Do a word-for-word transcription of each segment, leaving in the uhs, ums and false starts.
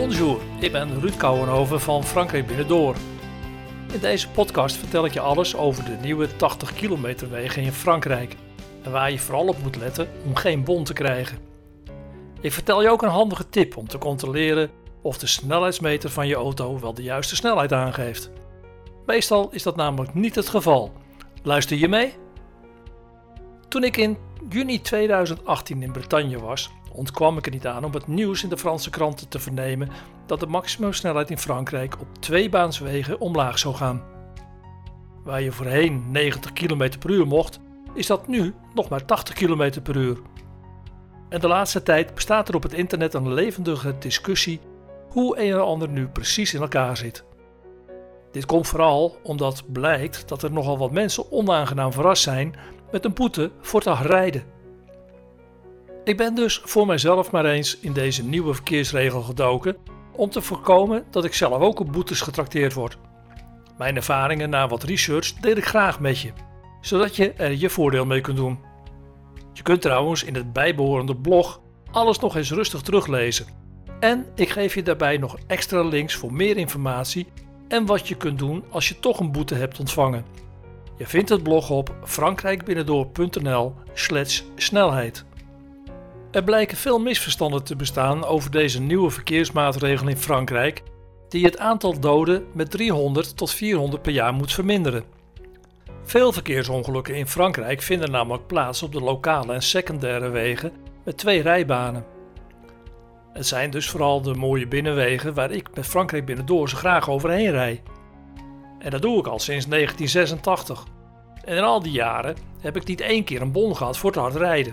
Bonjour, ik ben Ruud Kouwenhoven van Frankrijk Binnendoor. In deze podcast vertel ik je alles over de nieuwe tachtig kilometer wegen in Frankrijk en waar je vooral op moet letten om geen bon te krijgen. Ik vertel je ook een handige tip om te controleren of de snelheidsmeter van je auto wel de juiste snelheid aangeeft. Meestal is dat namelijk niet het geval. Luister je mee? Toen ik in juni tweeduizend achttien in Bretagne was, ontkwam ik er niet aan om het nieuws in de Franse kranten te vernemen dat de maximumsnelheid in Frankrijk op tweebaanswegen omlaag zou gaan. Waar je voorheen negentig kilometer per uur mocht, is dat nu nog maar tachtig kilometer per uur. En de laatste tijd bestaat er op het internet een levendige discussie hoe een en ander nu precies in elkaar zit. Dit komt vooral omdat blijkt dat er nogal wat mensen onaangenaam verrast zijn met een boete voor te hard rijden. Ik ben dus voor mijzelf maar eens in deze nieuwe verkeersregel gedoken om te voorkomen dat ik zelf ook op boetes getrakteerd word. Mijn ervaringen na wat research deel ik graag met je, zodat je er je voordeel mee kunt doen. Je kunt trouwens in het bijbehorende blog alles nog eens rustig teruglezen. En ik geef je daarbij nog extra links voor meer informatie en wat je kunt doen als je toch een boete hebt ontvangen. Je vindt het blog op frankrijkbinnendoor.nl slash snelheid. Er blijken veel misverstanden te bestaan over deze nieuwe verkeersmaatregel in Frankrijk, die het aantal doden met driehonderd tot vierhonderd per jaar moet verminderen. Veel verkeersongelukken in Frankrijk vinden namelijk plaats op de lokale en secundaire wegen met twee rijbanen. Het zijn dus vooral de mooie binnenwegen waar ik met Frankrijk Binnendoor zo graag overheen rijd. En dat doe ik al sinds negentien zesentachtig. En in al die jaren heb ik niet één keer een bon gehad voor te hard rijden.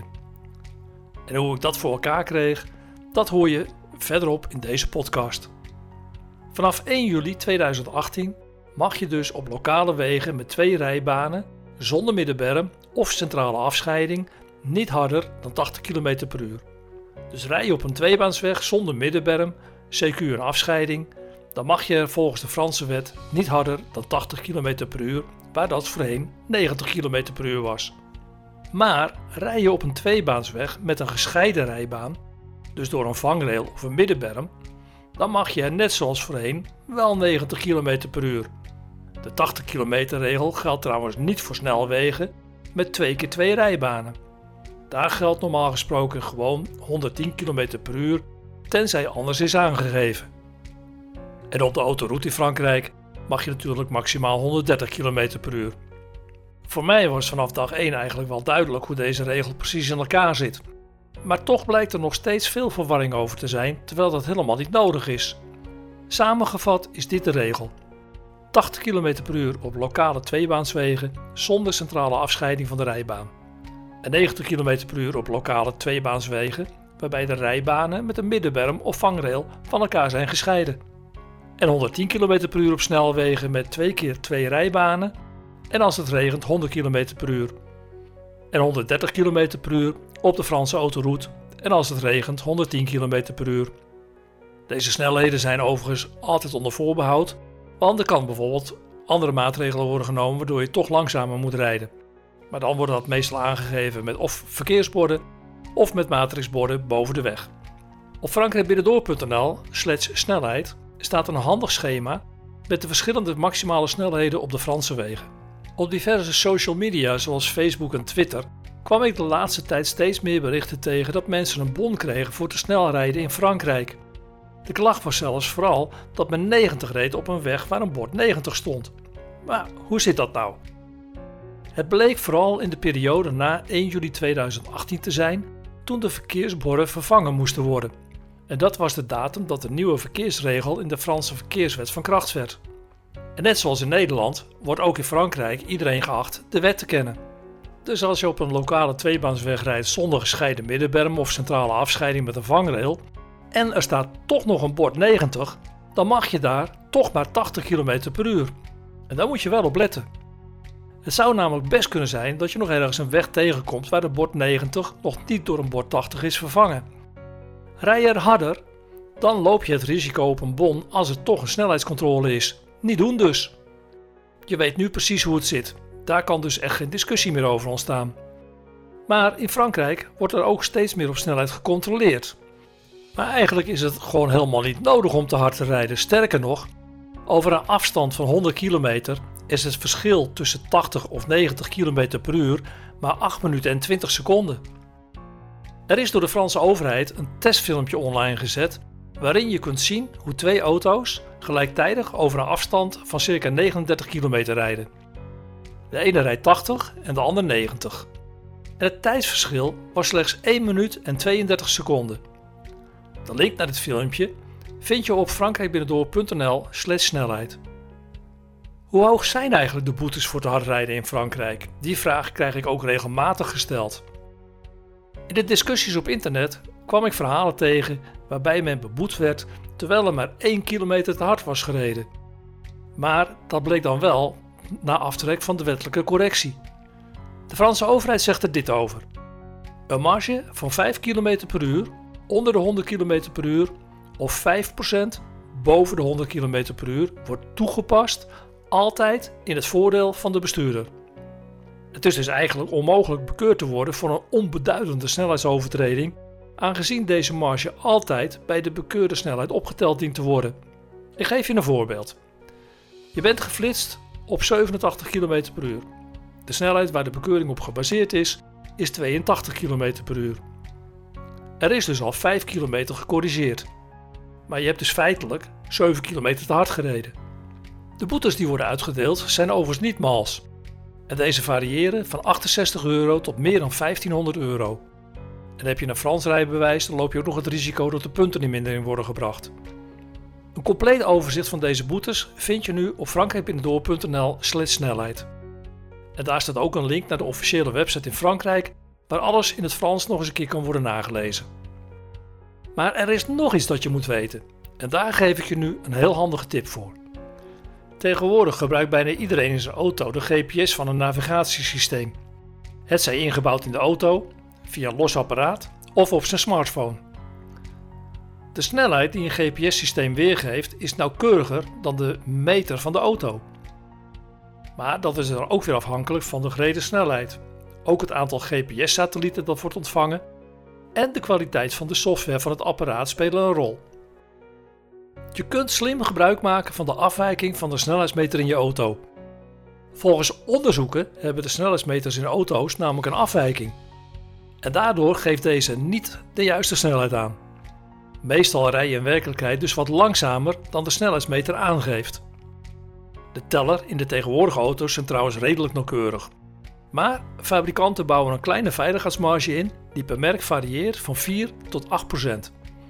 En hoe ik dat voor elkaar kreeg, dat hoor je verderop in deze podcast. Vanaf één juli tweeduizend achttien mag je dus op lokale wegen met twee rijbanen, zonder middenberm of centrale afscheiding, niet harder dan tachtig kilometer per uur. Dus rij je op een tweebaansweg zonder middenberm, C Q en afscheiding, dan mag je volgens de Franse wet niet harder dan tachtig kilometer per uur, waar dat voorheen negentig kilometer per uur was. Maar rij je op een tweebaansweg met een gescheiden rijbaan, dus door een vangrail of een middenberm, dan mag je net zoals voorheen wel negentig kilometer per uur. De tachtig kilometer regel geldt trouwens niet voor snelwegen met twee keer twee rijbanen. Daar geldt normaal gesproken gewoon honderdtien kilometer per uur, tenzij anders is aangegeven. En op de autoroute in Frankrijk mag je natuurlijk maximaal honderddertig kilometer per uur. Voor mij was vanaf dag één eigenlijk wel duidelijk hoe deze regel precies in elkaar zit. Maar toch blijkt er nog steeds veel verwarring over te zijn, terwijl dat helemaal niet nodig is. Samengevat is dit de regel. tachtig kilometer per uur op lokale tweebaanswegen zonder centrale afscheiding van de rijbaan. En negentig kilometer per uur op lokale tweebaanswegen waarbij de rijbanen met een middenberm of vangrail van elkaar zijn gescheiden. En honderdtien kilometer per uur op snelwegen met twee keer twee rijbanen en als het regent honderd kilometer per uur. En honderddertig kilometer per uur op de Franse autoroute en als het regent honderdtien kilometer per uur. Deze snelheden zijn overigens altijd onder voorbehoud, want er kan bijvoorbeeld andere maatregelen worden genomen waardoor je toch langzamer moet rijden. Maar dan wordt dat meestal aangegeven met of verkeersborden of met matrixborden boven de weg. Op frankrijkbinnendoor.nl slash snelheid staat een handig schema met de verschillende maximale snelheden op de Franse wegen. Op diverse social media zoals Facebook en Twitter kwam ik de laatste tijd steeds meer berichten tegen dat mensen een bon kregen voor te snel rijden in Frankrijk. De klacht was zelfs vooral dat men negentig reed op een weg waar een bord negentig stond. Maar hoe zit dat nou? Het bleek vooral in de periode na één juli tweeduizend achttien te zijn, toen de verkeersborden vervangen moesten worden. En dat was de datum dat de nieuwe verkeersregel in de Franse verkeerswet van kracht werd. En net zoals in Nederland wordt ook in Frankrijk iedereen geacht de wet te kennen. Dus als je op een lokale tweebaansweg rijdt zonder gescheiden middenberm of centrale afscheiding met een vangrail en er staat toch nog een bord negentig, dan mag je daar toch maar tachtig kilometer per uur. En daar moet je wel op letten. Het zou namelijk best kunnen zijn dat je nog ergens een weg tegenkomt waar de bord negentig nog niet door een bord tachtig is vervangen. Rij je er harder, dan loop je het risico op een bon als het toch een snelheidscontrole is. Niet doen dus. Je weet nu precies hoe het zit. Daar kan dus echt geen discussie meer over ontstaan. Maar in Frankrijk wordt er ook steeds meer op snelheid gecontroleerd. Maar eigenlijk is het gewoon helemaal niet nodig om te hard te rijden. Sterker nog, over een afstand van honderd kilometer is het verschil tussen tachtig of negentig kilometer per uur maar acht minuten en twintig seconden. Er is door de Franse overheid een testfilmpje online gezet waarin je kunt zien hoe twee auto's gelijktijdig over een afstand van circa negenendertig kilometer rijden. De ene rijdt tachtig en de ander negentig. En het tijdsverschil was slechts één minuut en tweeëndertig seconden. De link naar dit filmpje vind je op frankrijkbinnendoor punt n l slash snelheid. Hoe hoog zijn eigenlijk de boetes voor te hard rijden in Frankrijk? Die vraag krijg ik ook regelmatig gesteld. In de discussies op internet kwam ik verhalen tegen waarbij men beboet werd terwijl er maar één kilometer te hard was gereden. Maar dat bleek dan wel na aftrek van de wettelijke correctie. De Franse overheid zegt er dit over. Een marge van vijf kilometer per uur onder de honderd kilometer per uur of vijf procent boven de honderd kilometer per uur wordt toegepast altijd in het voordeel van de bestuurder. Het is dus eigenlijk onmogelijk bekeurd te worden voor een onbeduidende snelheidsovertreding, aangezien deze marge altijd bij de bekeurde snelheid opgeteld dient te worden. Ik geef je een voorbeeld. Je bent geflitst op zevenentachtig kilometer per uur. De snelheid waar de bekeuring op gebaseerd is, is tweeëntachtig kilometer per uur. Er is dus al vijf kilometer gecorrigeerd. Maar je hebt dus feitelijk zeven kilometer te hard gereden. De boetes die worden uitgedeeld zijn overigens niet mals. En deze variëren van achtenzestig euro tot meer dan vijftienhonderd euro. En heb je een Frans rijbewijs, dan loop je ook nog het risico dat de punten in mindering worden gebracht. Een compleet overzicht van deze boetes vind je nu op frankrijkbinnendoor punt n l slash snelheid. En daar staat ook een link naar de officiële website in Frankrijk, waar alles in het Frans nog eens een keer kan worden nagelezen. Maar er is nog iets dat je moet weten. En daar geef ik je nu een heel handige tip voor. Tegenwoordig gebruikt bijna iedereen in zijn auto de G P S van een navigatiesysteem. Het zij ingebouwd in de auto, via een los apparaat of op zijn smartphone. De snelheid die een G P S-systeem weergeeft is nauwkeuriger dan de meter van de auto. Maar dat is dan ook weer afhankelijk van de gereden snelheid. Ook het aantal G P S-satellieten dat wordt ontvangen en de kwaliteit van de software van het apparaat spelen een rol. Je kunt slim gebruik maken van de afwijking van de snelheidsmeter in je auto. Volgens onderzoeken hebben de snelheidsmeters in auto's namelijk een afwijking. En daardoor geeft deze niet de juiste snelheid aan. Meestal rij je in werkelijkheid dus wat langzamer dan de snelheidsmeter aangeeft. De teller in de tegenwoordige auto's zijn trouwens redelijk nauwkeurig. Maar fabrikanten bouwen een kleine veiligheidsmarge in die per merk varieert van vier tot acht procent.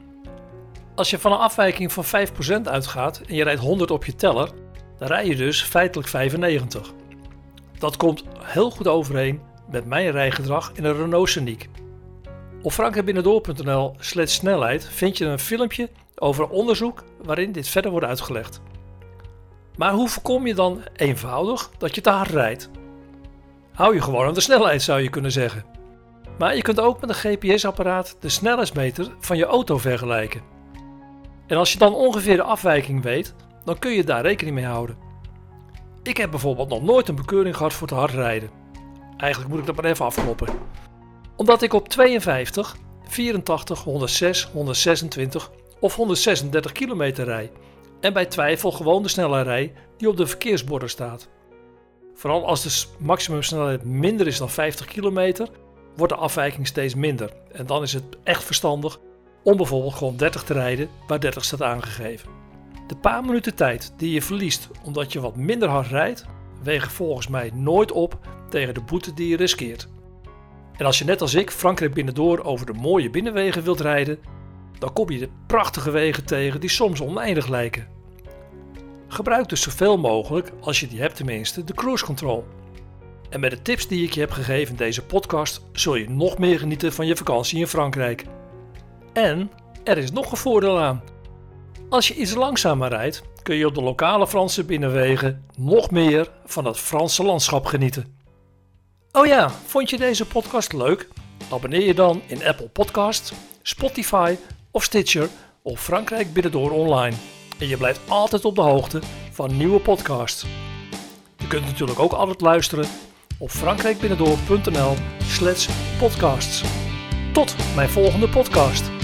Als je van een afwijking van vijf procent uitgaat en je rijdt honderd op je teller, dan rij je dus feitelijk vijfennegentig. Dat komt heel goed overeen met mijn rijgedrag in een Renault Scenic. Op frankrijkbinnendoor punt n l slash snelheid vind je een filmpje over een onderzoek waarin dit verder wordt uitgelegd. Maar hoe voorkom je dan eenvoudig dat je te hard rijdt? Hou je gewoon aan de snelheid, zou je kunnen zeggen. Maar je kunt ook met een G P S-apparaat de snelheidsmeter van je auto vergelijken. En als je dan ongeveer de afwijking weet, dan kun je daar rekening mee houden. Ik heb bijvoorbeeld nog nooit een bekeuring gehad voor te hard rijden. Eigenlijk moet ik dat maar even afkloppen. Omdat ik op tweeënvijftig, vierentachtig, honderdzes, honderdzesentwintig of honderdzesendertig kilometer rij. En bij twijfel gewoon de snelheid rij die op de verkeersborden staat. Vooral als de maximumsnelheid minder is dan vijftig kilometer, wordt de afwijking steeds minder. En dan is het echt verstandig om bijvoorbeeld gewoon dertig te rijden waar dertig staat aangegeven. De paar minuten tijd die je verliest omdat je wat minder hard rijdt, wegen volgens mij nooit op tegen de boete die je riskeert. En als je net als ik Frankrijk binnendoor over de mooie binnenwegen wilt rijden, dan kom je de prachtige wegen tegen die soms oneindig lijken. Gebruik dus zoveel mogelijk, als je die hebt tenminste, de cruise control. En met de tips die ik je heb gegeven in deze podcast zul je nog meer genieten van je vakantie in Frankrijk. En er is nog een voordeel aan. Als je iets langzamer rijdt, kun je op de lokale Franse binnenwegen nog meer van het Franse landschap genieten. Oh ja, vond je deze podcast leuk? Abonneer je dan in Apple Podcasts, Spotify of Stitcher of Frankrijk Binnendoor Online. En je blijft altijd op de hoogte van nieuwe podcasts. Je kunt natuurlijk ook altijd luisteren op frankrijkbinnendoor punt n l slash podcasts. Tot mijn volgende podcast.